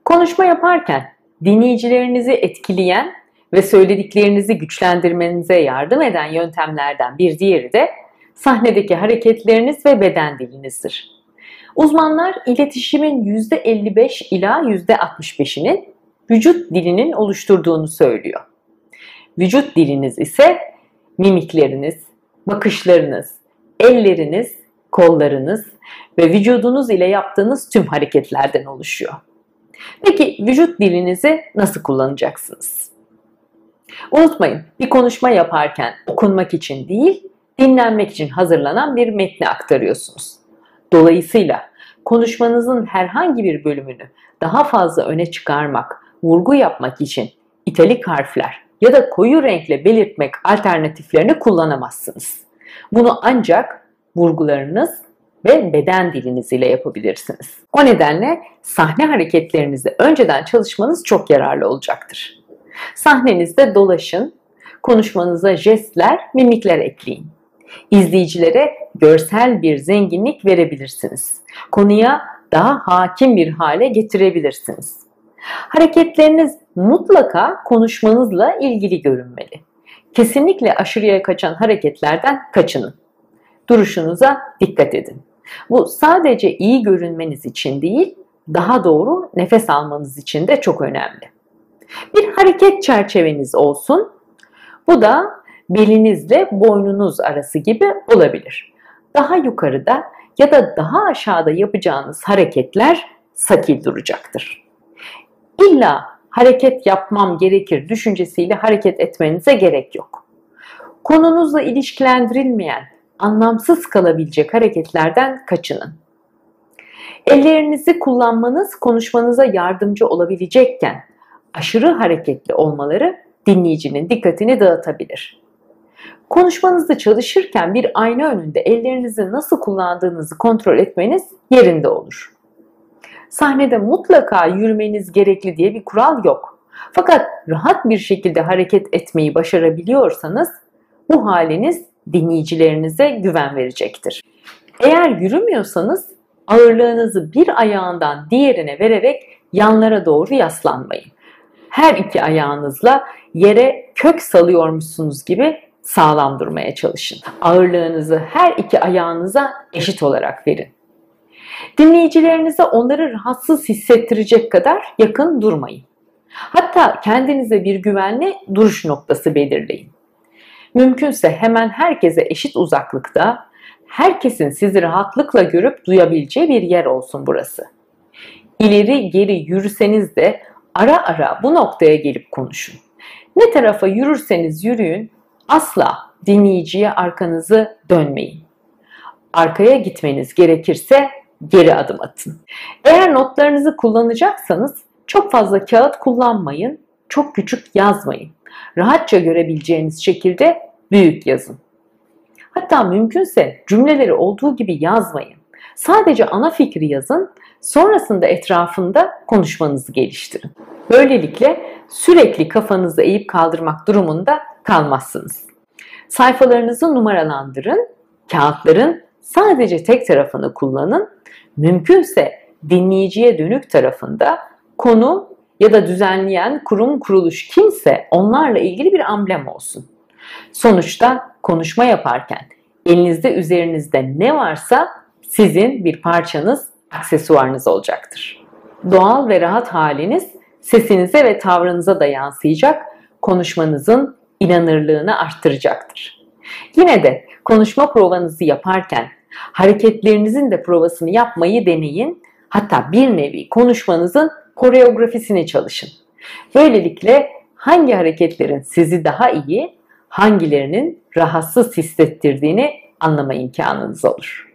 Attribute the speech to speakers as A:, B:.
A: Konuşma yaparken dinleyicilerinizi etkileyen ve söylediklerinizi güçlendirmenize yardım eden yöntemlerden bir diğeri de sahnedeki hareketleriniz ve beden dilinizdir. Uzmanlar iletişimin %55 ila %65'inin vücut dilinin oluşturduğunu söylüyor. Vücut diliniz ise mimikleriniz, bakışlarınız, elleriniz, kollarınız ve vücudunuz ile yaptığınız tüm hareketlerden oluşuyor. Peki vücut dilinizi nasıl kullanacaksınız? Unutmayın, bir konuşma yaparken okunmak için değil, dinlenmek için hazırlanan bir metni aktarıyorsunuz. Dolayısıyla konuşmanızın herhangi bir bölümünü daha fazla öne çıkarmak, vurgu yapmak için italik harfler ya da koyu renkle belirtmek alternatiflerini kullanamazsınız. Bunu ancak vurgularınız ve beden diliniz ile yapabilirsiniz. O nedenle sahne hareketlerinizi önceden çalışmanız çok yararlı olacaktır. Sahnenizde dolaşın, konuşmanıza jestler, mimikler ekleyin. İzleyicilere görsel bir zenginlik verebilirsiniz. Konuya daha hakim bir hale getirebilirsiniz. Hareketleriniz mutlaka konuşmanızla ilgili görünmeli. Kesinlikle aşırıya kaçan hareketlerden kaçının. Duruşunuza dikkat edin. Bu sadece iyi görünmeniz için değil, daha doğru nefes almanız için de çok önemli. Bir hareket çerçeveniz olsun. Bu da belinizle boynunuz arası gibi olabilir. Daha yukarıda ya da daha aşağıda yapacağınız hareketler sakil duracaktır. İlla hareket yapmam gerekir düşüncesiyle hareket etmenize gerek yok. Konunuzla ilişkilendirilmeyen, anlamsız kalabilecek hareketlerden kaçının. Ellerinizi kullanmanız konuşmanıza yardımcı olabilecekken aşırı hareketli olmaları dinleyicinin dikkatini dağıtabilir. Konuşmanızda çalışırken bir ayna önünde ellerinizi nasıl kullandığınızı kontrol etmeniz yerinde olur. Sahnede mutlaka yürümeniz gerekli diye bir kural yok. Fakat rahat bir şekilde hareket etmeyi başarabiliyorsanız bu haliniz dinleyicilerinize güven verecektir. Eğer yürümüyorsanız ağırlığınızı bir ayağından diğerine vererek yanlara doğru yaslanmayın. Her iki ayağınızla yere kök salıyormuşsunuz gibi sağlam durmaya çalışın. Ağırlığınızı her iki ayağınıza eşit olarak verin. Dinleyicilerinize onları rahatsız hissettirecek kadar yakın durmayın. Hatta kendinize bir güvenli duruş noktası belirleyin. Mümkünse hemen herkese eşit uzaklıkta, herkesin sizi rahatlıkla görüp duyabileceği bir yer olsun burası. İleri geri yürüseniz de ara ara bu noktaya gelip konuşun. Ne tarafa yürürseniz yürüyün, asla dinleyiciye arkanızı dönmeyin. Arkaya gitmeniz gerekirse geri adım atın. Eğer notlarınızı kullanacaksanız çok fazla kağıt kullanmayın, çok küçük yazmayın. Rahatça görebileceğiniz şekilde büyük yazın. Hatta mümkünse cümleleri olduğu gibi yazmayın. Sadece ana fikri yazın, sonrasında etrafında konuşmanızı geliştirin. Böylelikle sürekli kafanızı eğip kaldırmak durumunda kalmazsınız. Sayfalarınızı numaralandırın, kağıtların sadece tek tarafını kullanın, mümkünse dinleyiciye dönük tarafında konu ya da düzenleyen kurum kuruluş kimse onlarla ilgili bir amblem olsun. Sonuçta konuşma yaparken elinizde üzerinizde ne varsa sizin bir parçanız, aksesuarınız olacaktır. Doğal ve rahat haliniz sesinize ve tavrınıza da yansıyacak, konuşmanızın inanırlığını arttıracaktır. Yine de konuşma provanızı yaparken hareketlerinizin de provasını yapmayı deneyin. Hatta bir nevi konuşmanızın koreografisini çalışın. Böylelikle hangi hareketlerin sizi daha iyi, hangilerinin rahatsız hissettirdiğini anlama imkanınız olur.